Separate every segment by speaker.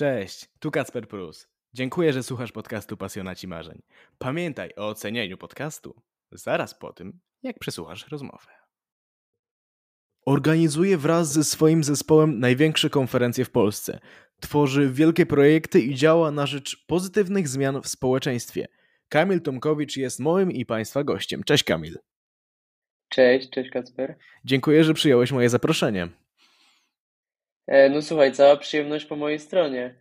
Speaker 1: Cześć, tu Kacper Prus. Dziękuję, że słuchasz podcastu Pasjonaci Marzeń. Pamiętaj o ocenieniu podcastu zaraz po tym, jak przesłuchasz rozmowę. Organizuje wraz ze swoim zespołem największe konferencje w Polsce. Tworzy wielkie projekty i działa na rzecz pozytywnych zmian w społeczeństwie. Kamil Tomkowicz jest moim i Państwa gościem. Cześć Kamil.
Speaker 2: Cześć Kacper.
Speaker 1: Dziękuję, że przyjąłeś moje zaproszenie.
Speaker 2: No słuchaj, cała przyjemność po mojej stronie.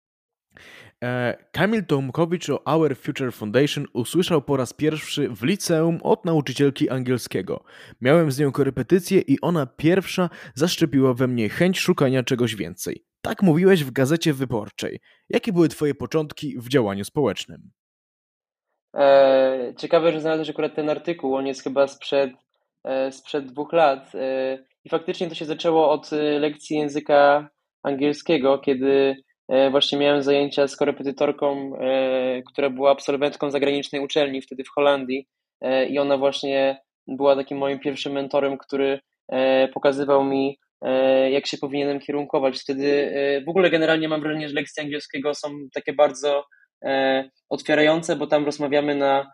Speaker 1: Kamil Tomkowicz o Our Future Foundation usłyszał po raz pierwszy w liceum od nauczycielki angielskiego. Miałem z nią korepetycje i ona pierwsza zaszczepiła we mnie chęć szukania czegoś więcej. Tak mówiłeś w Gazecie Wyborczej. Jakie były twoje początki w działaniu społecznym?
Speaker 2: Ciekawe, że znalazłeś akurat ten artykuł, on jest chyba sprzed 2 lat. I faktycznie to się zaczęło od lekcji języka angielskiego, kiedy właśnie miałem zajęcia z korepetytorką, która była absolwentką zagranicznej uczelni, wtedy w Holandii. I ona właśnie była takim moim pierwszym mentorem, który pokazywał mi, jak się powinienem kierunkować. Wtedy w ogóle generalnie mam wrażenie, że lekcje angielskiego są takie bardzo otwierające, bo tam rozmawiamy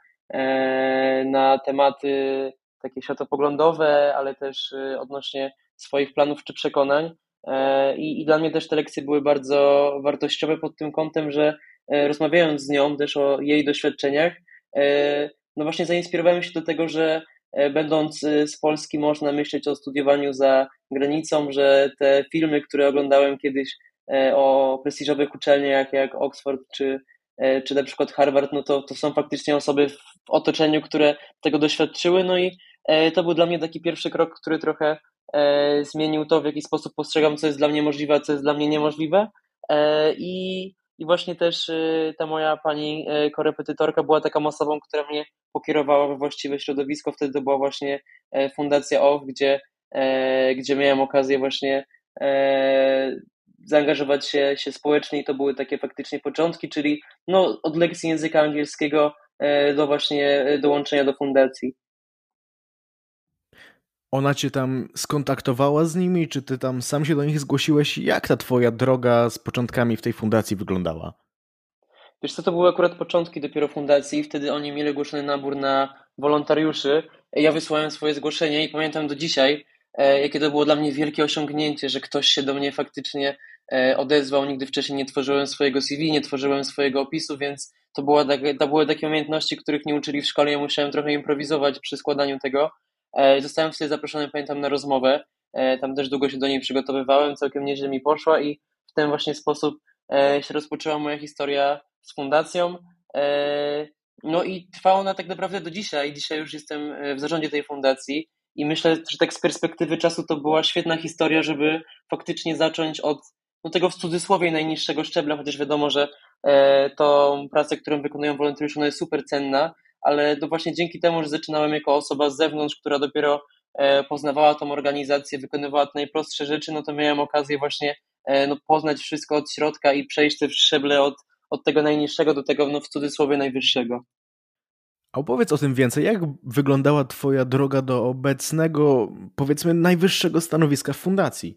Speaker 2: na tematy takie światopoglądowe, ale też odnośnie swoich planów czy przekonań. I dla mnie też te lekcje były bardzo wartościowe pod tym kątem, że rozmawiając z nią też o jej doświadczeniach, no właśnie zainspirowałem się do tego, że będąc z Polski można myśleć o studiowaniu za granicą, że te filmy, które oglądałem kiedyś o prestiżowych uczelniach jak Oxford czy na przykład Harvard, no to są faktycznie osoby w otoczeniu, które tego doświadczyły, no i to był dla mnie taki pierwszy krok, który trochę zmienił to, w jaki sposób postrzegam, co jest dla mnie możliwe, a co jest dla mnie niemożliwe. I właśnie też ta moja pani korepetytorka była taką osobą, która mnie pokierowała we właściwe środowisko. Wtedy to była właśnie Fundacja OFF, gdzie miałem okazję właśnie zaangażować się społecznie i to były takie faktycznie początki, czyli no, od lekcji języka angielskiego do właśnie dołączenia do fundacji.
Speaker 1: Ona cię tam skontaktowała z nimi, czy ty tam sam się do nich zgłosiłeś? Jak ta twoja droga z początkami w tej fundacji wyglądała?
Speaker 2: Wiesz co, to były akurat początki dopiero fundacji, wtedy oni mieli ogłoszony nabór na wolontariuszy. Ja wysłałem swoje zgłoszenie i pamiętam do dzisiaj, jakie to było dla mnie wielkie osiągnięcie, że ktoś się do mnie faktycznie odezwał. Nigdy wcześniej nie tworzyłem swojego CV, nie tworzyłem swojego opisu, więc to były takie umiejętności, których nie uczyli w szkole. Ja musiałem trochę improwizować przy składaniu tego. Zostałem wtedy zaproszony, pamiętam, na rozmowę. Tam też długo się do niej przygotowywałem, całkiem nieźle mi poszła i w ten właśnie sposób się rozpoczęła moja historia z fundacją. No i trwa ona tak naprawdę do dzisiaj. Dzisiaj już jestem w zarządzie tej fundacji i myślę, że tak z perspektywy czasu to była świetna historia, żeby faktycznie zacząć od tego w cudzysłowie najniższego szczebla, chociaż wiadomo, że tą pracę, którą wykonują wolontariusze, ona jest super cenna, ale to właśnie dzięki temu, że zaczynałem jako osoba z zewnątrz, która dopiero poznawała tą organizację, wykonywała te najprostsze rzeczy, no to miałem okazję właśnie poznać wszystko od środka i przejść te szczeble od tego najniższego do tego, no w cudzysłowie, najwyższego.
Speaker 1: A opowiedz o tym więcej. Jak wyglądała twoja droga do obecnego, powiedzmy, najwyższego stanowiska w fundacji?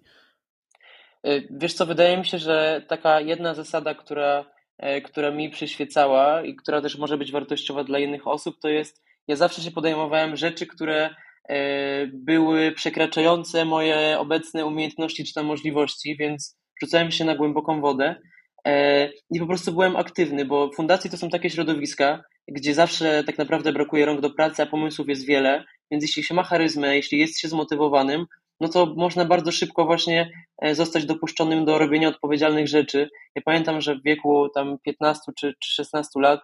Speaker 2: Wiesz co, wydaje mi się, że taka jedna zasada, która mi przyświecała i która też może być wartościowa dla innych osób, to jest, ja zawsze się podejmowałem rzeczy, które były przekraczające moje obecne umiejętności czy tam możliwości, więc rzucałem się na głęboką wodę i po prostu byłem aktywny, bo fundacje to są takie środowiska, gdzie zawsze tak naprawdę brakuje rąk do pracy, a pomysłów jest wiele, więc jeśli się ma charyzmę, jeśli jest się zmotywowanym, no to można bardzo szybko właśnie zostać dopuszczonym do robienia odpowiedzialnych rzeczy. Ja pamiętam, że w wieku tam 15 czy 16 lat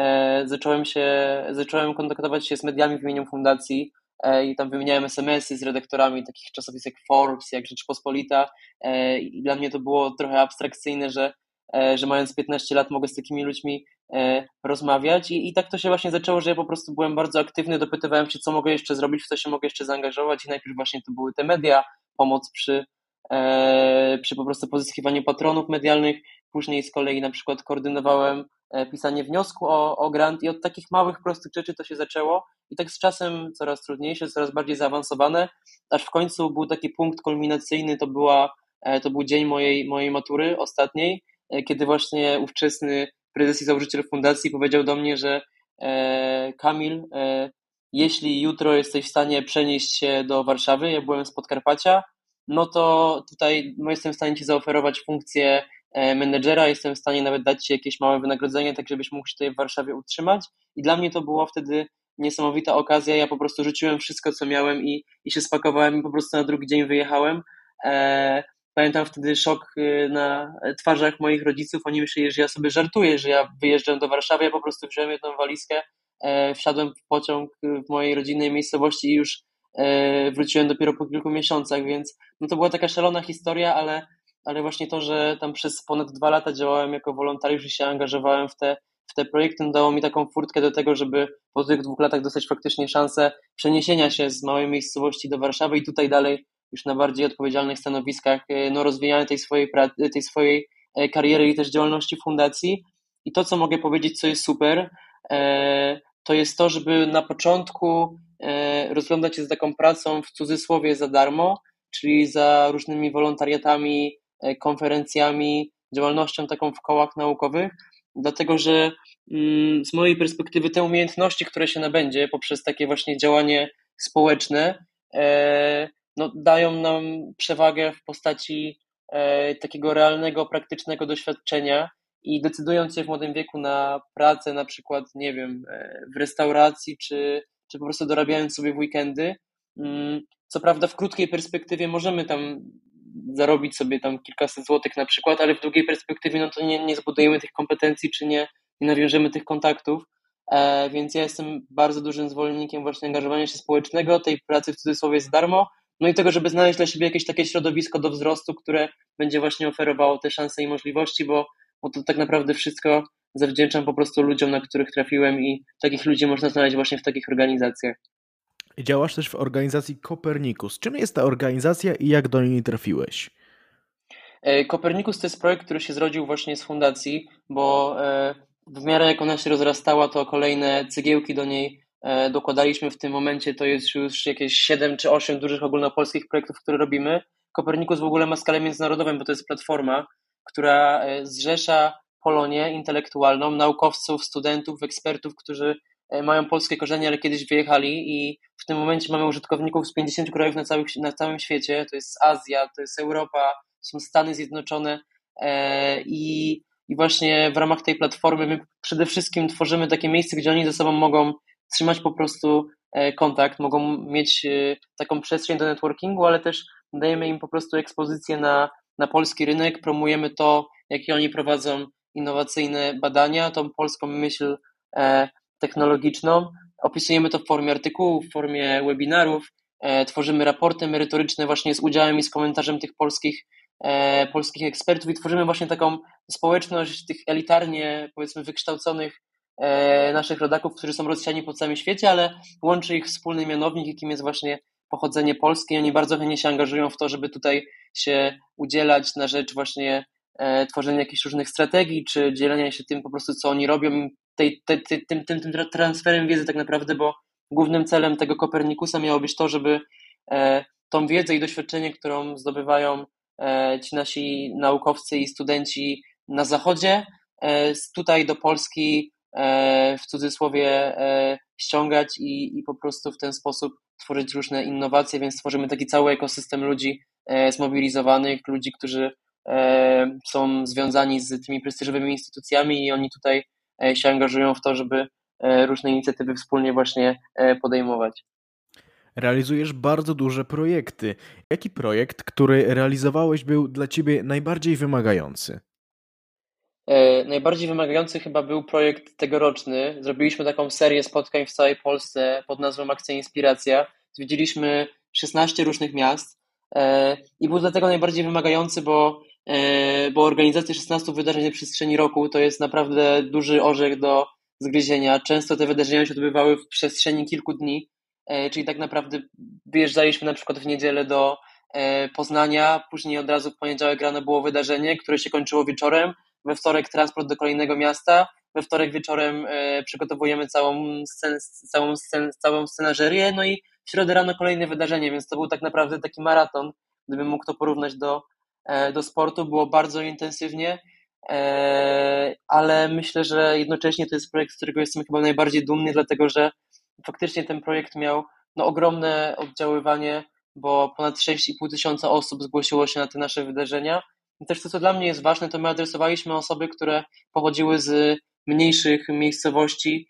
Speaker 2: zacząłem kontaktować się z mediami w imieniu fundacji i tam wymieniałem SMS-y z redaktorami takich czasopism jak Forbes, jak Rzeczpospolita i dla mnie to było trochę abstrakcyjne, że mając 15 lat mogę z takimi ludźmi rozmawiać i tak to się właśnie zaczęło, że ja po prostu byłem bardzo aktywny, dopytywałem się, co mogę jeszcze zrobić, w co się mogę jeszcze zaangażować i najpierw właśnie to były te media, pomoc przy po prostu pozyskiwaniu patronów medialnych, później z kolei na przykład koordynowałem pisanie wniosku o grant i od takich małych, prostych rzeczy to się zaczęło i tak z czasem coraz trudniejsze, coraz bardziej zaawansowane, aż w końcu był taki punkt kulminacyjny, to był dzień mojej matury ostatniej, kiedy właśnie ówczesny prezes i założyciel fundacji powiedział do mnie, że Kamil, jeśli jutro jesteś w stanie przenieść się do Warszawy, ja byłem z Podkarpacia, no to tutaj jestem w stanie Ci zaoferować funkcję menedżera, jestem w stanie nawet dać Ci jakieś małe wynagrodzenie, tak żebyś mógł się tutaj w Warszawie utrzymać. I dla mnie to było wtedy niesamowita okazja. Ja po prostu rzuciłem wszystko, co miałem i się spakowałem i po prostu na drugi dzień wyjechałem. Pamiętam wtedy szok na twarzach moich rodziców. Oni myśleli, że ja sobie żartuję, że ja wyjeżdżam do Warszawy. Ja po prostu wziąłem jedną walizkę, wsiadłem w pociąg w mojej rodzinnej miejscowości i już wróciłem dopiero po kilku miesiącach, więc no to była taka szalona historia, ale właśnie to, że tam przez ponad 2 lata działałem jako wolontariusz i się angażowałem w te projekty, no dało mi taką furtkę do tego, żeby po tych 2 latach dostać faktycznie szansę przeniesienia się z małej miejscowości do Warszawy i tutaj dalej już na bardziej odpowiedzialnych stanowiskach, no rozwijania tej swojej kariery i też działalności fundacji. I to, co mogę powiedzieć, co jest super, to jest to, żeby na początku rozglądać się z taką pracą w cudzysłowie za darmo, czyli za różnymi wolontariatami, konferencjami, działalnością taką w kołach naukowych, dlatego że z mojej perspektywy te umiejętności, które się nabędzie poprzez takie właśnie działanie społeczne, no, dają nam przewagę w postaci takiego realnego, praktycznego doświadczenia i decydując się w młodym wieku na pracę, na przykład, nie wiem, w restauracji, czy po prostu dorabiając sobie w weekendy, co prawda w krótkiej perspektywie możemy tam zarobić sobie tam kilkaset złotych na przykład, ale w długiej perspektywie no to nie zbudujemy tych kompetencji, czy nie nawiążemy tych kontaktów, więc ja jestem bardzo dużym zwolennikiem właśnie angażowania się społecznego, tej pracy w cudzysłowie za darmo, no i tego, żeby znaleźć dla siebie jakieś takie środowisko do wzrostu, które będzie właśnie oferowało te szanse i możliwości, bo to tak naprawdę wszystko zawdzięczam po prostu ludziom, na których trafiłem i takich ludzi można znaleźć właśnie w takich organizacjach.
Speaker 1: Działasz też w organizacji Copernicus. Czym jest ta organizacja i jak do niej trafiłeś?
Speaker 2: Copernicus to jest projekt, który się zrodził właśnie z fundacji, bo w miarę jak ona się rozrastała, to kolejne cegiełki do niej dokładaliśmy w tym momencie. To jest już jakieś 7 czy 8 dużych ogólnopolskich projektów, które robimy. Copernicus w ogóle ma skalę międzynarodową, bo to jest platforma, która zrzesza Polonię intelektualną, naukowców, studentów, ekspertów, którzy mają polskie korzenie, ale kiedyś wyjechali i w tym momencie mamy użytkowników z 50 krajów na całym świecie. To jest Azja, to jest Europa, są Stany Zjednoczone i właśnie w ramach tej platformy my przede wszystkim tworzymy takie miejsce, gdzie oni ze sobą mogą trzymać po prostu kontakt, mogą mieć taką przestrzeń do networkingu, ale też dajemy im po prostu ekspozycję na polski rynek, promujemy to, jakie oni prowadzą innowacyjne badania, tą polską myśl technologiczną, opisujemy to w formie artykułów, w formie webinarów, tworzymy raporty merytoryczne właśnie z udziałem i z komentarzem tych polskich ekspertów i tworzymy właśnie taką społeczność tych elitarnie, powiedzmy, wykształconych naszych rodaków, którzy są rozsiani po całym świecie, ale łączy ich wspólny mianownik, jakim jest właśnie pochodzenie polskie i oni bardzo chętnie się angażują w to, żeby tutaj się udzielać na rzecz właśnie tworzenia jakichś różnych strategii, czy dzielenia się tym po prostu, co oni robią, tym transferem wiedzy tak naprawdę, bo głównym celem tego Kopernikusa miało być to, żeby tą wiedzę i doświadczenie, którą zdobywają ci nasi naukowcy i studenci na zachodzie, tutaj do Polski w cudzysłowie ściągać i po prostu w ten sposób tworzyć różne innowacje, więc tworzymy taki cały ekosystem ludzi zmobilizowanych, ludzi, którzy są związani z tymi prestiżowymi instytucjami i oni tutaj się angażują w to, żeby różne inicjatywy wspólnie właśnie podejmować.
Speaker 1: Realizujesz bardzo duże projekty. Jaki projekt, który realizowałeś, był dla ciebie najbardziej wymagający?
Speaker 2: Najbardziej wymagający chyba był projekt tegoroczny. Zrobiliśmy taką serię spotkań w całej Polsce pod nazwą Akcja Inspiracja. Zwiedziliśmy 16 różnych miast i był dlatego najbardziej wymagający, bo organizacja 16 wydarzeń na przestrzeni roku to jest naprawdę duży orzech do zgryzienia. Często te wydarzenia się odbywały w przestrzeni kilku dni, czyli tak naprawdę wyjeżdżaliśmy na przykład w niedzielę do Poznania, później od razu w poniedziałek rano było wydarzenie, które się kończyło wieczorem, we wtorek transport do kolejnego miasta, we wtorek wieczorem przygotowujemy całą scenażerię, no i w środę rano kolejne wydarzenie, więc to był tak naprawdę taki maraton, gdybym mógł to porównać do sportu, było bardzo intensywnie, ale myślę, że jednocześnie to jest projekt, z którego jestem chyba najbardziej dumny, dlatego że faktycznie ten projekt miał no, ogromne oddziaływanie, bo ponad 6,5 tysiąca osób zgłosiło się na te nasze wydarzenia. I też to, co dla mnie jest ważne, to my adresowaliśmy osoby, które pochodziły z mniejszych miejscowości,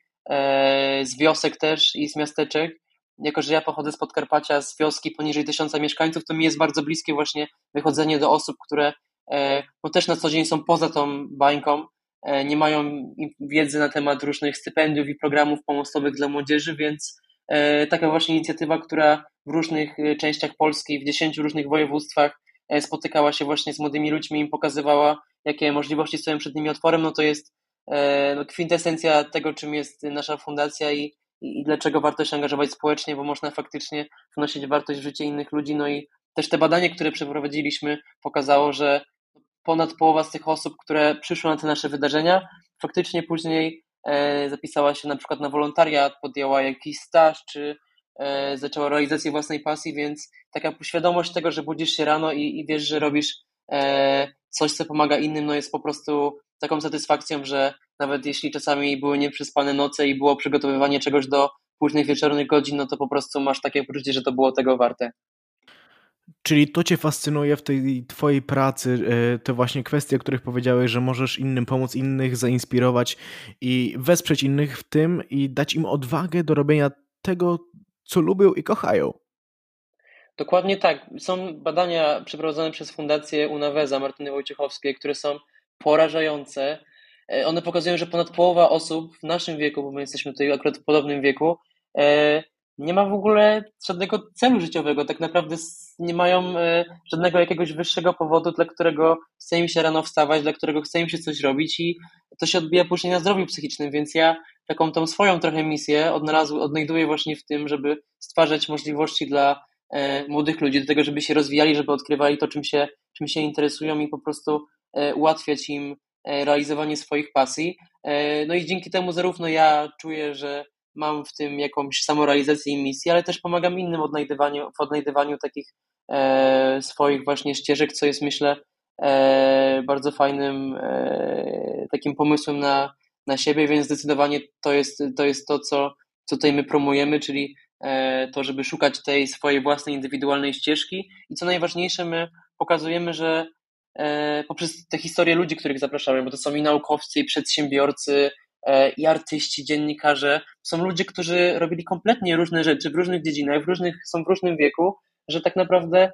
Speaker 2: z wiosek też i z miasteczek. Jako że ja pochodzę z Podkarpacia, z wioski poniżej 1000 mieszkańców, to mi jest bardzo bliskie właśnie wychodzenie do osób, które no też na co dzień są poza tą bańką, nie mają wiedzy na temat różnych stypendiów i programów pomostowych dla młodzieży, więc taka właśnie inicjatywa, która w różnych częściach Polski, w 10 różnych województwach spotykała się właśnie z młodymi ludźmi, im pokazywała, jakie możliwości stoją przed nimi otworem, no to jest no, kwintesencja tego, czym jest nasza fundacja i dlaczego warto się angażować społecznie, bo można faktycznie wnosić wartość w życie innych ludzi. No i też te badanie, które przeprowadziliśmy, pokazało, że ponad połowa z tych osób, które przyszły na te nasze wydarzenia, faktycznie później zapisała się na przykład na wolontariat, podjęła jakiś staż, czy zaczęła realizację własnej pasji, więc taka świadomość tego, że budzisz się rano i wiesz, że robisz coś, co pomaga innym, no jest po prostu taką satysfakcją, że nawet jeśli czasami były nieprzespane noce i było przygotowywanie czegoś do późnych wieczornych godzin, no to po prostu masz takie poczucie, że to było tego warte.
Speaker 1: Czyli to cię fascynuje w tej twojej pracy, te właśnie kwestie, o których powiedziałeś, że możesz innym pomóc, innych zainspirować i wesprzeć innych w tym i dać im odwagę do robienia tego, co lubią i kochają.
Speaker 2: Dokładnie tak. Są badania przeprowadzone przez Fundację Unaweza Martyny Wojciechowskiej, które są porażające. One pokazują, że ponad połowa osób w naszym wieku, bo my jesteśmy tutaj akurat w podobnym wieku, nie ma w ogóle żadnego celu życiowego. Tak naprawdę nie mają żadnego jakiegoś wyższego powodu, dla którego chce im się rano wstawać, dla którego chce im się coś robić i to się odbija później na zdrowiu psychicznym, więc ja taką tą swoją trochę misję odnajduję właśnie w tym, żeby stwarzać możliwości dla młodych ludzi do tego, żeby się rozwijali, żeby odkrywali to, czym się interesują i po prostu ułatwiać im realizowanie swoich pasji. No i dzięki temu zarówno ja czuję, że mam w tym jakąś samorealizację i misję, ale też pomagam innym w odnajdywaniu takich swoich właśnie ścieżek, co jest myślę bardzo fajnym takim pomysłem na siebie, więc zdecydowanie to jest to, co tutaj my promujemy, czyli to, żeby szukać tej swojej własnej indywidualnej ścieżki i co najważniejsze, my pokazujemy, że poprzez te historie ludzi, których zapraszamy, bo to są i naukowcy, i przedsiębiorcy, i artyści, dziennikarze, są ludzie, którzy robili kompletnie różne rzeczy w różnych dziedzinach, są w różnym wieku, że tak naprawdę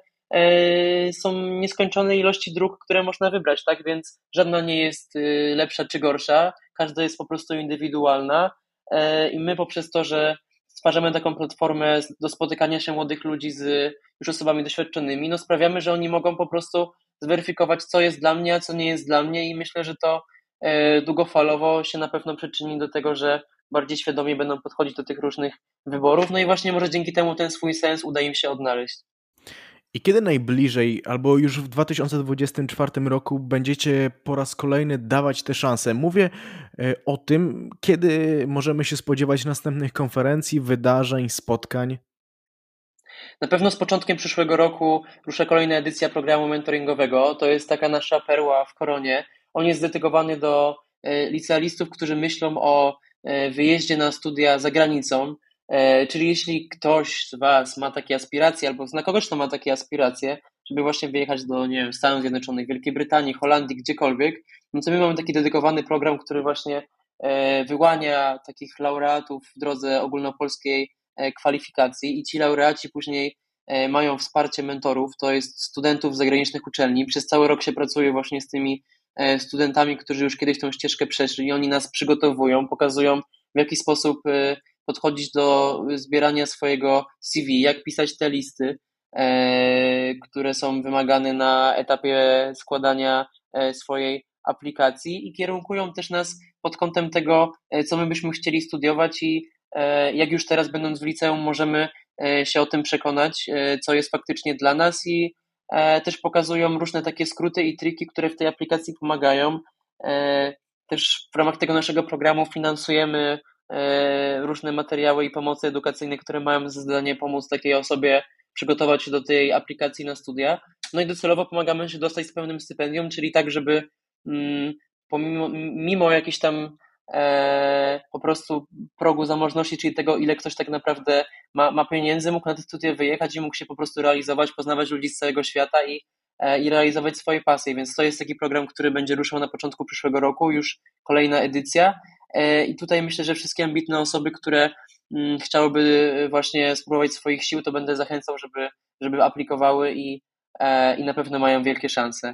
Speaker 2: są nieskończone ilości dróg, które można wybrać, tak? Więc żadna nie jest lepsza czy gorsza, każda jest po prostu indywidualna i my poprzez to, że stwarzamy taką platformę do spotykania się młodych ludzi z już osobami doświadczonymi, no sprawiamy, że oni mogą po prostu zweryfikować, co jest dla mnie, a co nie jest dla mnie i myślę, że to długofalowo się na pewno przyczyni do tego, że bardziej świadomie będą podchodzić do tych różnych wyborów, no i właśnie może dzięki temu ten swój sens uda im się odnaleźć.
Speaker 1: I kiedy najbliżej, albo już w 2024 roku będziecie po raz kolejny dawać tę szansę? Mówię o tym, kiedy możemy się spodziewać następnych konferencji, wydarzeń, spotkań.
Speaker 2: Na pewno z początkiem przyszłego roku rusza kolejna edycja programu mentoringowego. To jest taka nasza perła w koronie. On jest dedykowany do licealistów, którzy myślą o wyjeździe na studia za granicą. Czyli jeśli ktoś z Was ma takie aspiracje, albo zna kogoś, kto ma takie aspiracje, żeby właśnie wyjechać do, nie wiem, Stanów Zjednoczonych, Wielkiej Brytanii, Holandii, gdziekolwiek, no to my mamy taki dedykowany program, który właśnie wyłania takich laureatów w drodze ogólnopolskiej kwalifikacji i ci laureaci później mają wsparcie mentorów, to jest studentów z zagranicznych uczelni. Przez cały rok się pracuje właśnie z tymi studentami, którzy już kiedyś tą ścieżkę przeszli i oni nas przygotowują, pokazują w jaki sposób podchodzić do zbierania swojego CV, jak pisać te listy, które są wymagane na etapie składania swojej aplikacji i kierunkują też nas pod kątem tego, co my byśmy chcieli studiować i jak już teraz będąc w liceum możemy się o tym przekonać, co jest faktycznie dla nas i też pokazują różne takie skróty i triki, które w tej aplikacji pomagają. Też w ramach tego naszego programu finansujemy różne materiały i pomocy edukacyjne, które mają za zadanie pomóc takiej osobie przygotować się do tej aplikacji na studia. No i docelowo pomagamy się dostać z pełnym stypendium, czyli tak, żeby mimo jakichś tam po prostu progu zamożności, czyli tego, ile ktoś tak naprawdę ma pieniędzy, mógł na te studia wyjechać i mógł się po prostu realizować, poznawać ludzi z całego świata i realizować swoje pasje, więc to jest taki program, który będzie ruszał na początku przyszłego roku, już kolejna edycja i tutaj myślę, że wszystkie ambitne osoby, które chciałyby właśnie spróbować swoich sił, to będę zachęcał, żeby aplikowały i na pewno mają wielkie szanse.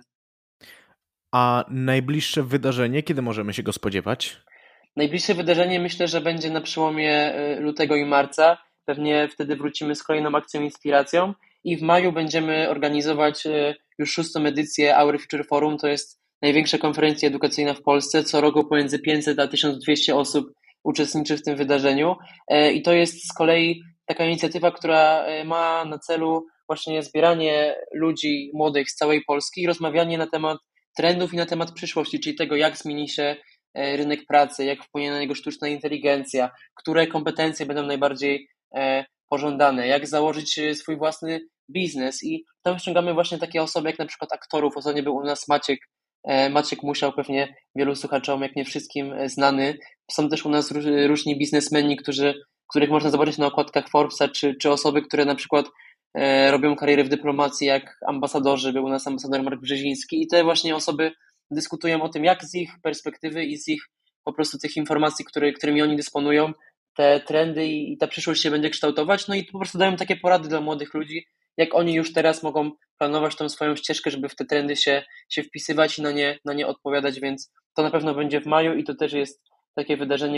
Speaker 1: A najbliższe wydarzenie, kiedy możemy się go spodziewać?
Speaker 2: Najbliższe wydarzenie myślę, że będzie na przełomie lutego i marca. Pewnie wtedy wrócimy z kolejną akcją Inspiracją i w maju będziemy organizować już 6. edycję Our Future Forum. To jest największa konferencja edukacyjna w Polsce. Co roku pomiędzy 500 a 1200 osób uczestniczy w tym wydarzeniu i to jest z kolei taka inicjatywa, która ma na celu właśnie zbieranie ludzi młodych z całej Polski i rozmawianie na temat trendów i na temat przyszłości, czyli tego, jak zmieni się rynek pracy, jak wpłynie na niego sztuczna inteligencja, które kompetencje będą najbardziej pożądane, jak założyć swój własny biznes i tam ściągamy właśnie takie osoby jak na przykład aktorów. Ostatnio był u nas Maciek Musiał, pewnie wielu słuchaczom, jak nie wszystkim znany. Są też u nas różni biznesmeni, których można zobaczyć na okładkach Forbesa, czy osoby, które na przykład robią karierę w dyplomacji, jak ambasadorzy. Był u nas ambasador Mark Brzeziński i te właśnie osoby dyskutują o tym, jak z ich perspektywy i z ich po prostu tych informacji, którymi oni dysponują, te trendy i ta przyszłość się będzie kształtować, no i po prostu dają takie porady dla młodych ludzi, jak oni już teraz mogą planować tą swoją ścieżkę, żeby w te trendy się wpisywać i na nie odpowiadać, więc to na pewno będzie w maju i to też jest takie wydarzenie,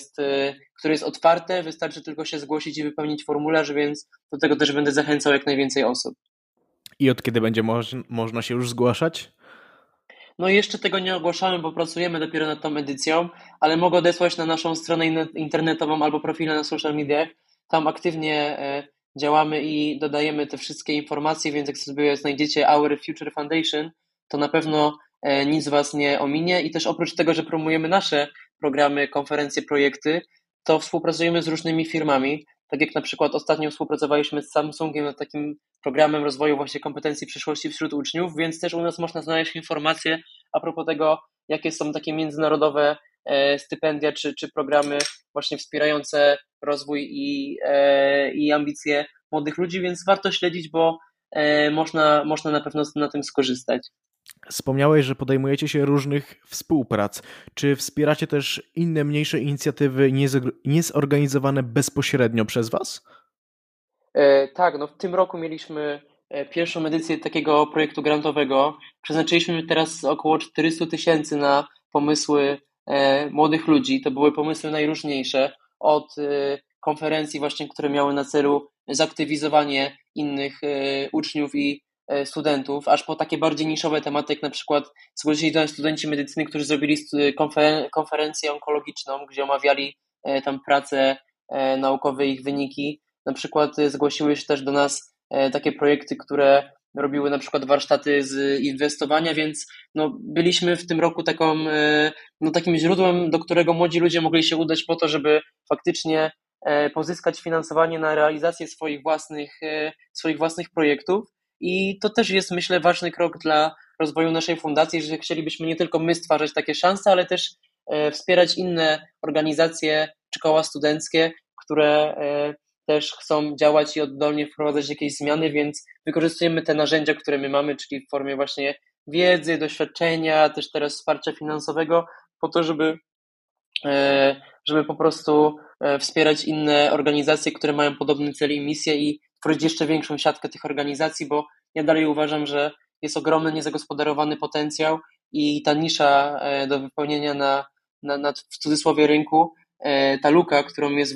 Speaker 2: które jest otwarte, wystarczy tylko się zgłosić i wypełnić formularz, więc do tego też będę zachęcał jak najwięcej osób.
Speaker 1: I od kiedy będzie można się już zgłaszać?
Speaker 2: No i jeszcze tego nie ogłaszamy, bo pracujemy dopiero nad tą edycją, ale mogę odesłać na naszą stronę internetową albo profile na social mediach. Tam aktywnie działamy i dodajemy te wszystkie informacje, więc jak sobie znajdziecie Our Future Foundation, to na pewno nic Was nie ominie i też oprócz tego, że promujemy nasze programy, konferencje, projekty, to współpracujemy z różnymi firmami. Tak jak na przykład ostatnio współpracowaliśmy z Samsungiem nad takim programem rozwoju właśnie kompetencji przyszłości wśród uczniów, więc też u nas można znaleźć informacje a propos tego, jakie są takie międzynarodowe stypendia czy programy właśnie wspierające rozwój i ambicje młodych ludzi, więc warto śledzić, bo można na pewno na tym skorzystać.
Speaker 1: Wspomniałeś, że podejmujecie się różnych współprac. Czy wspieracie też inne mniejsze inicjatywy niezorganizowane bezpośrednio przez Was?
Speaker 2: Tak, no w tym roku mieliśmy pierwszą edycję takiego projektu grantowego. Przeznaczyliśmy teraz około 400 000 na pomysły młodych ludzi. To były pomysły najróżniejsze, od konferencji właśnie, które miały na celu zaktywizowanie innych uczniów i studentów, aż po takie bardziej niszowe tematy, jak na przykład zgłosili do nas studenci medycyny, którzy zrobili konferencję onkologiczną, gdzie omawiali tam prace naukowe, ich wyniki. Na przykład zgłosiły się też do nas takie projekty, które robiły na przykład warsztaty z inwestowania, więc no, byliśmy w tym roku takim źródłem, do którego młodzi ludzie mogli się udać po to, żeby faktycznie pozyskać finansowanie na realizację swoich własnych projektów. I to też jest, myślę, ważny krok dla rozwoju naszej fundacji, że chcielibyśmy nie tylko my stwarzać takie szanse, ale też wspierać inne organizacje czy koła studenckie, które też chcą działać i oddolnie wprowadzać jakieś zmiany, więc wykorzystujemy te narzędzia, które my mamy, czyli w formie właśnie wiedzy, doświadczenia, też teraz wsparcia finansowego, po to, żeby po prostu wspierać inne organizacje, które mają podobny cel i misję i tworzyć jeszcze większą siatkę tych organizacji, bo ja dalej uważam, że jest ogromny, niezagospodarowany potencjał i ta nisza do wypełnienia na w cudzysłowie rynku, ta luka, którą jest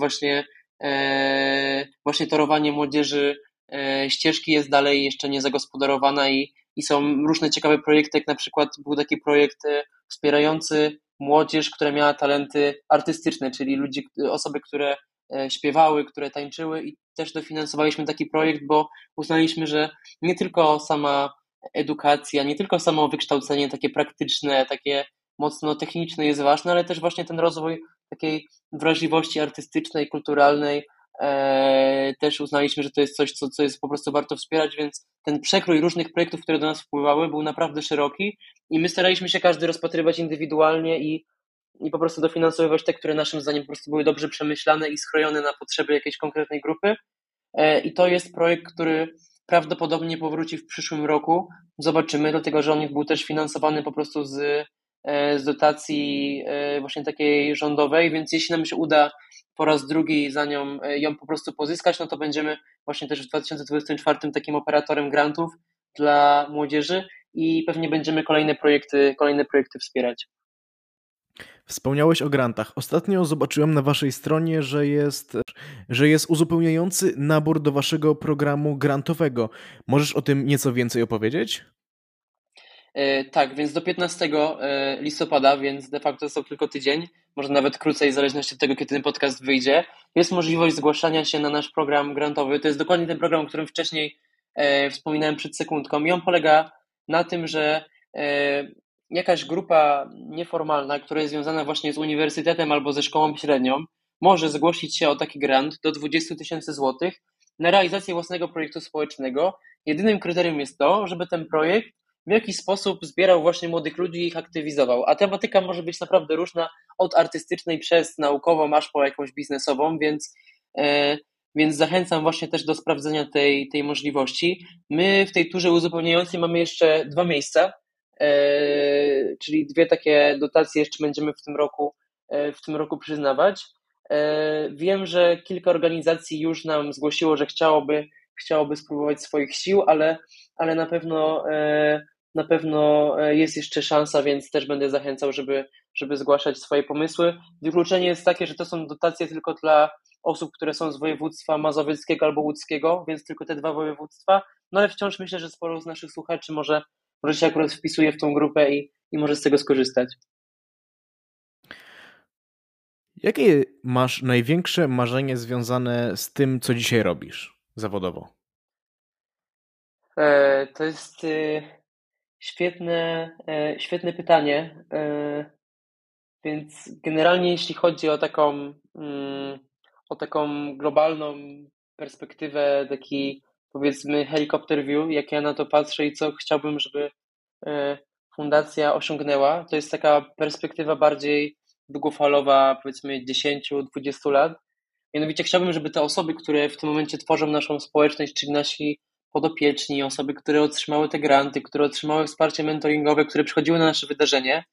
Speaker 2: właśnie torowanie młodzieży ścieżki jest dalej jeszcze niezagospodarowana i są różne ciekawe projekty, jak na przykład był taki projekt wspierający młodzież, która miała talenty artystyczne, czyli osoby, które śpiewały, które tańczyły i też dofinansowaliśmy taki projekt, bo uznaliśmy, że nie tylko sama edukacja, nie tylko samo wykształcenie takie praktyczne, takie mocno techniczne jest ważne, ale też właśnie ten rozwój takiej wrażliwości artystycznej, kulturalnej, też uznaliśmy, że to jest coś, co jest po prostu warto wspierać, więc ten przekrój różnych projektów, które do nas wpływały, był naprawdę szeroki i my staraliśmy się każdy rozpatrywać indywidualnie i po prostu dofinansowywać te, które naszym zdaniem po prostu były dobrze przemyślane i skrojone na potrzeby jakiejś konkretnej grupy. I to jest projekt, który prawdopodobnie powróci w przyszłym roku. Zobaczymy, dlatego że on był też finansowany po prostu z dotacji właśnie takiej rządowej, więc jeśli nam się uda po raz drugi ją po prostu pozyskać, no to będziemy właśnie też w 2024 takim operatorem grantów dla młodzieży i pewnie będziemy kolejne projekty wspierać.
Speaker 1: Wspomniałeś o grantach. Ostatnio zobaczyłem na waszej stronie, że jest uzupełniający nabór do waszego programu grantowego. Możesz o tym nieco więcej opowiedzieć?
Speaker 2: Tak, więc do 15 listopada, więc de facto jest to tylko tydzień, może nawet krócej, w zależności od tego, kiedy ten podcast wyjdzie, jest możliwość zgłaszania się na nasz program grantowy. To jest dokładnie ten program, o którym wcześniej wspominałem przed sekundką i on polega na tym, że jakaś grupa nieformalna, która jest związana właśnie z uniwersytetem albo ze szkołą średnią, może zgłosić się o taki grant do 20 000 złotych na realizację własnego projektu społecznego. Jedynym kryterium jest to, żeby ten projekt w jakiś sposób zbierał właśnie młodych ludzi i ich aktywizował. A tematyka może być naprawdę różna, od artystycznej przez naukową, aż po jakąś biznesową, więc zachęcam właśnie też do sprawdzenia tej możliwości. My w tej turze uzupełniającej mamy jeszcze 2 miejsca, czyli 2 takie dotacje jeszcze będziemy w tym roku przyznawać. Wiem, że kilka organizacji już nam zgłosiło, że chciałoby spróbować swoich sił, ale na pewno jest jeszcze szansa, więc też będę zachęcał, żeby zgłaszać swoje pomysły. Wykluczenie jest takie, że to są dotacje tylko dla osób, które są z województwa mazowieckiego albo łódzkiego, więc tylko te 2 województwa, no ale wciąż myślę, że sporo z naszych słuchaczy może się akurat wpisuje w tą grupę i może z tego skorzystać.
Speaker 1: Jakie masz największe marzenie związane z tym, co dzisiaj robisz zawodowo?
Speaker 2: To jest świetne pytanie. Więc generalnie jeśli chodzi o taką globalną perspektywę, taki powiedzmy helikopter view, jak ja na to patrzę i co chciałbym, żeby fundacja osiągnęła, to jest taka perspektywa bardziej długofalowa, powiedzmy 10-20 lat. Mianowicie chciałbym, żeby te osoby, które w tym momencie tworzą naszą społeczność, czyli nasi podopieczni, osoby, które otrzymały te granty, które otrzymały wsparcie mentoringowe, które przychodziły na nasze wydarzenie,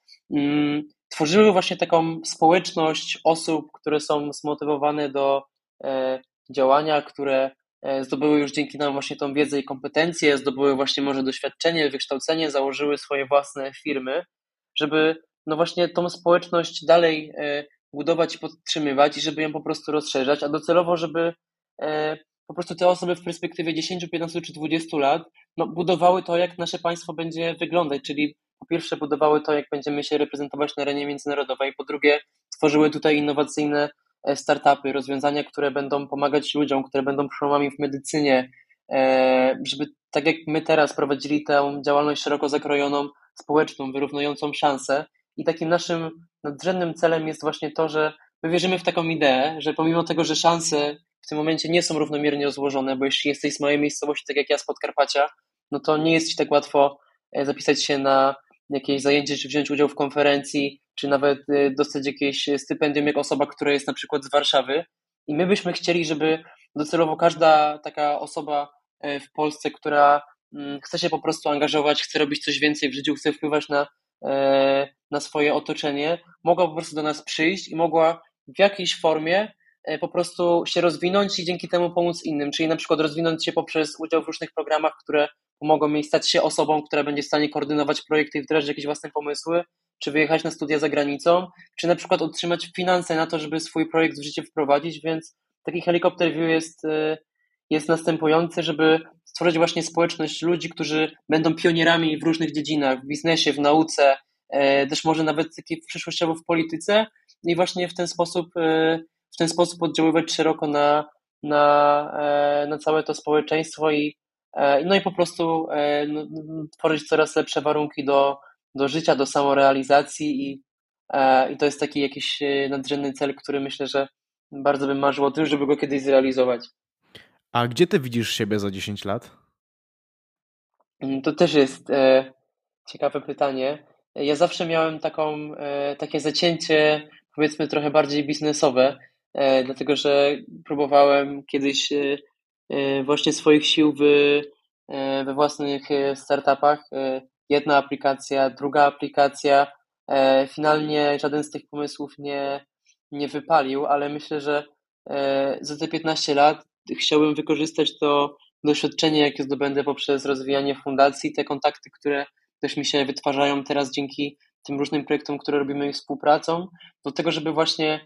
Speaker 2: tworzyły właśnie taką społeczność osób, które są zmotywowane do działania, które zdobyły już dzięki nam właśnie tą wiedzę i kompetencje, zdobyły właśnie może doświadczenie, wykształcenie, założyły swoje własne firmy, żeby no właśnie tą społeczność dalej budować i podtrzymywać i żeby ją po prostu rozszerzać, a docelowo, żeby po prostu te osoby w perspektywie 10, 15 czy 20 lat no, budowały to, jak nasze państwo będzie wyglądać, czyli po pierwsze budowały to, jak będziemy się reprezentować na arenie międzynarodowej, po drugie tworzyły tutaj innowacyjne startupy, rozwiązania, które będą pomagać ludziom, które będą przełomami w medycynie, żeby tak jak my teraz prowadzili tę działalność szeroko zakrojoną, społeczną, wyrównującą szanse i takim naszym nadrzędnym celem jest właśnie to, że my wierzymy w taką ideę, że pomimo tego, że szanse w tym momencie nie są równomiernie rozłożone, bo jeśli jesteś z małej miejscowości, tak jak ja z Podkarpacia, no to nie jest ci tak łatwo zapisać się na jakieś zajęcie, czy wziąć udział w konferencji, czy nawet dostać jakieś stypendium jak osoba, która jest na przykład z Warszawy. I my byśmy chcieli, żeby docelowo każda taka osoba w Polsce, która chce się po prostu angażować, chce robić coś więcej w życiu, chce wpływać na swoje otoczenie, mogła po prostu do nas przyjść i mogła w jakiejś formie po prostu się rozwinąć i dzięki temu pomóc innym, czyli na przykład rozwinąć się poprzez udział w różnych programach, które pomogą mi stać się osobą, która będzie w stanie koordynować projekty i wdrażać jakieś własne pomysły, czy wyjechać na studia za granicą, czy na przykład otrzymać finanse na to, żeby swój projekt w życie wprowadzić, więc taki helikopter view jest następujący, żeby stworzyć właśnie społeczność ludzi, którzy będą pionierami w różnych dziedzinach, w biznesie, w nauce, też może nawet przyszłościowo w polityce i właśnie w ten sposób oddziaływać szeroko na całe to społeczeństwo no i po prostu tworzyć coraz lepsze warunki do życia, do samorealizacji i to jest taki jakiś nadrzędny cel, który myślę, że bardzo bym marzył o tym, żeby go kiedyś zrealizować.
Speaker 1: A gdzie ty widzisz siebie za 10 lat?
Speaker 2: To też jest ciekawe pytanie. Ja zawsze miałem takie zacięcie, powiedzmy, trochę bardziej biznesowe, dlatego że próbowałem kiedyś właśnie swoich sił we własnych startupach. Jedna aplikacja, druga aplikacja. Finalnie żaden z tych pomysłów nie wypalił, ale myślę, że za te 15 lat chciałbym wykorzystać to doświadczenie, jakie zdobędę poprzez rozwijanie fundacji, te kontakty, które też mi się wytwarzają teraz dzięki tym różnym projektom, które robimy współpracą, do tego, żeby właśnie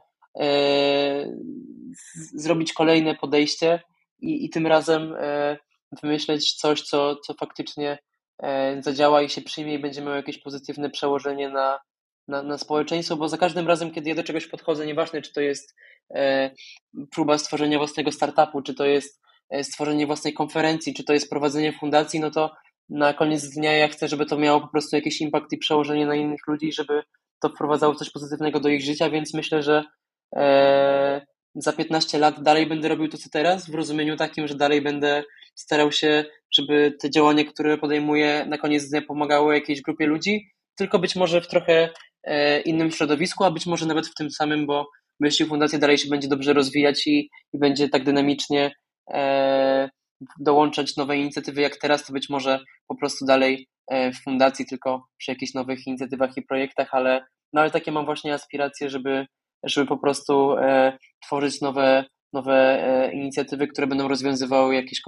Speaker 2: zrobić kolejne podejście i tym razem wymyśleć coś, co faktycznie zadziała i się przyjmie i będzie miało jakieś pozytywne przełożenie na społeczeństwo, bo za każdym razem, kiedy ja do czegoś podchodzę, nieważne czy to jest próba stworzenia własnego startupu, czy to jest stworzenie własnej konferencji, czy to jest prowadzenie fundacji, no to na koniec dnia ja chcę, żeby to miało po prostu jakiś impact i przełożenie na innych ludzi, żeby to wprowadzało coś pozytywnego do ich życia, więc myślę, że za 15 lat dalej będę robił to, co teraz, w rozumieniu takim, że dalej będę starał się, żeby te działania, które podejmuję, na koniec dnia pomagały jakiejś grupie ludzi, tylko być może w trochę innym środowisku, a być może nawet w tym samym, bo jeśli fundacja dalej się będzie dobrze rozwijać i będzie tak dynamicznie dołączać nowe inicjatywy jak teraz, to być może po prostu dalej w fundacji, tylko przy jakichś nowych inicjatywach i projektach, ale takie mam właśnie aspiracje, żeby po prostu tworzyć nowe inicjatywy, które będą rozwiązywały jakieś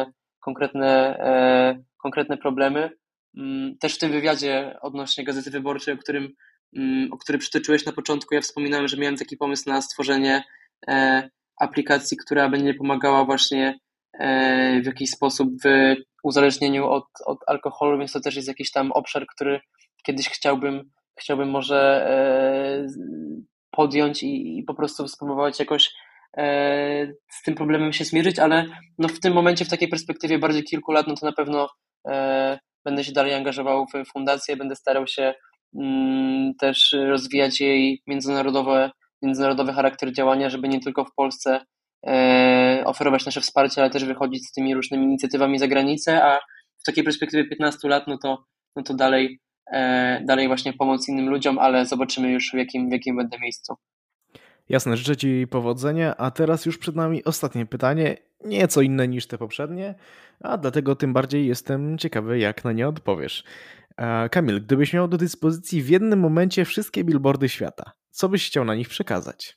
Speaker 2: konkretne problemy. Też w tym wywiadzie odnośnie Gazety Wyborczej, o który przytoczyłeś na początku, ja wspominałem, że miałem taki pomysł na stworzenie aplikacji, która będzie pomagała właśnie w jakiś sposób w uzależnieniu od alkoholu, więc to też jest jakiś tam obszar, który kiedyś chciałbym może podjąć i po prostu spróbować jakoś z tym problemem się zmierzyć, ale no w tym momencie, w takiej perspektywie bardziej kilku lat, no to na pewno będę się dalej angażował w fundację, będę starał się też rozwijać jej międzynarodowy charakter działania, żeby nie tylko w Polsce oferować nasze wsparcie, ale też wychodzić z tymi różnymi inicjatywami za granicę, a w takiej perspektywie 15 lat, no to dalej właśnie pomoc innym ludziom, ale zobaczymy już w jakim będę miejscu.
Speaker 1: Jasne, życzę ci powodzenia, a teraz już przed nami ostatnie pytanie, nieco inne niż te poprzednie, a dlatego tym bardziej jestem ciekawy, jak na nie odpowiesz. Kamil, gdybyś miał do dyspozycji w jednym momencie wszystkie billboardy świata, co byś chciał na nich przekazać?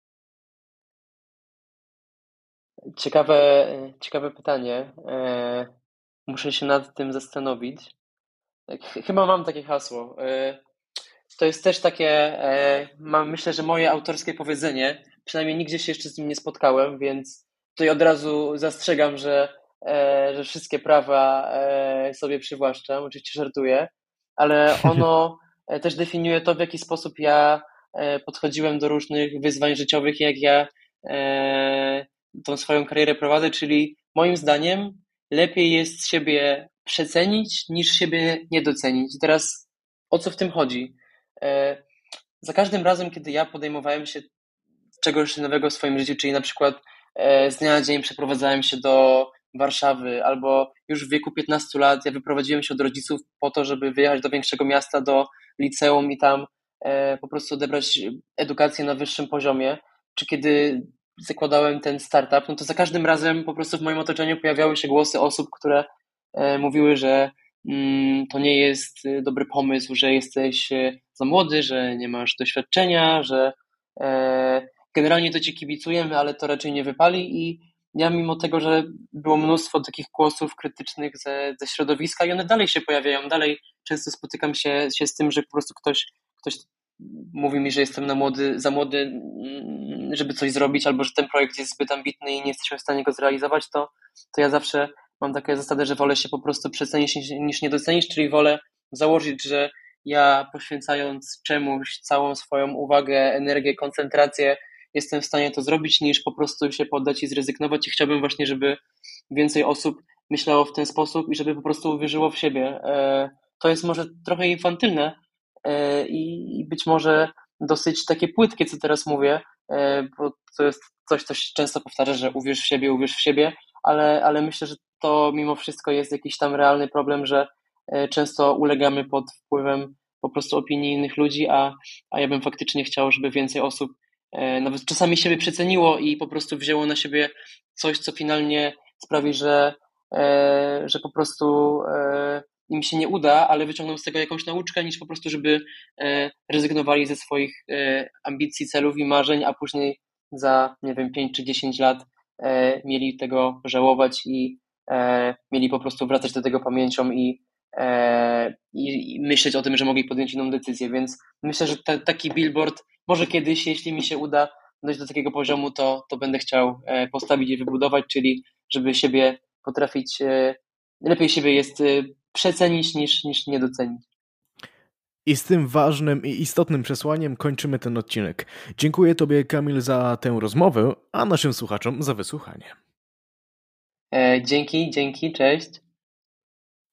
Speaker 2: Ciekawe pytanie. Muszę się nad tym zastanowić. Chyba mam takie hasło. To jest też takie, myślę, że moje autorskie powiedzenie. Przynajmniej nigdzie się jeszcze z nim nie spotkałem, więc tutaj od razu zastrzegam, że wszystkie prawa sobie przywłaszczam. Oczywiście żartuję, ale ono też definiuje to, w jaki sposób ja podchodziłem do różnych wyzwań życiowych, jak ja tą swoją karierę prowadzę, czyli moim zdaniem lepiej jest siebie przecenić, niż siebie nie docenić. I teraz o co w tym chodzi? Za każdym razem, kiedy ja podejmowałem się czegoś nowego w swoim życiu, czyli na przykład z dnia na dzień przeprowadzałem się do Warszawy, albo już w wieku 15 lat ja wyprowadziłem się od rodziców po to, żeby wyjechać do większego miasta, do liceum i tam po prostu odebrać edukację na wyższym poziomie, czy kiedy zakładałem ten startup, no to za każdym razem po prostu w moim otoczeniu pojawiały się głosy osób, które mówiły, że to nie jest dobry pomysł, że jesteś za młody, że nie masz doświadczenia, że generalnie to ci kibicujemy, ale to raczej nie wypali i ja mimo tego, że było mnóstwo takich głosów krytycznych ze środowiska i one dalej się pojawiają, dalej często spotykam się z tym, że po prostu ktoś mówi mi, że jestem za młody, żeby coś zrobić, albo że ten projekt jest zbyt ambitny i nie jesteśmy w stanie go zrealizować, to ja zawsze mam taką zasadę, że wolę się po prostu przecenić niż nie docenić, czyli wolę założyć, że ja poświęcając czemuś całą swoją uwagę, energię, koncentrację, jestem w stanie to zrobić, niż po prostu się poddać i zrezygnować i chciałbym właśnie, żeby więcej osób myślało w ten sposób i żeby po prostu uwierzyło w siebie. To jest może trochę infantylne i być może dosyć takie płytkie, co teraz mówię, bo to jest coś, co się często powtarza, że uwierz w siebie, ale myślę, że to mimo wszystko jest jakiś tam realny problem, że często ulegamy pod wpływem po prostu opinii innych ludzi, a ja bym faktycznie chciał, żeby więcej osób nawet czasami siebie przeceniło i po prostu wzięło na siebie coś, co finalnie sprawi, że po prostu im się nie uda, ale wyciągną z tego jakąś nauczkę, niż po prostu, żeby rezygnowali ze swoich ambicji, celów i marzeń, a później za, nie wiem, 5 czy 10 lat mieli tego żałować i mieli po prostu wracać do tego pamięcią i myśleć o tym, że mogli podjąć inną decyzję. Więc myślę, że taki billboard może kiedyś, jeśli mi się uda dojść do takiego poziomu, to będę chciał postawić i wybudować, czyli żeby siebie potrafić, lepiej siebie jest przecenić niż nie docenić.
Speaker 1: I z tym ważnym i istotnym przesłaniem kończymy ten odcinek. Dziękuję Tobie, Kamil, za tę rozmowę, a naszym słuchaczom za wysłuchanie.
Speaker 2: Dzięki, cześć.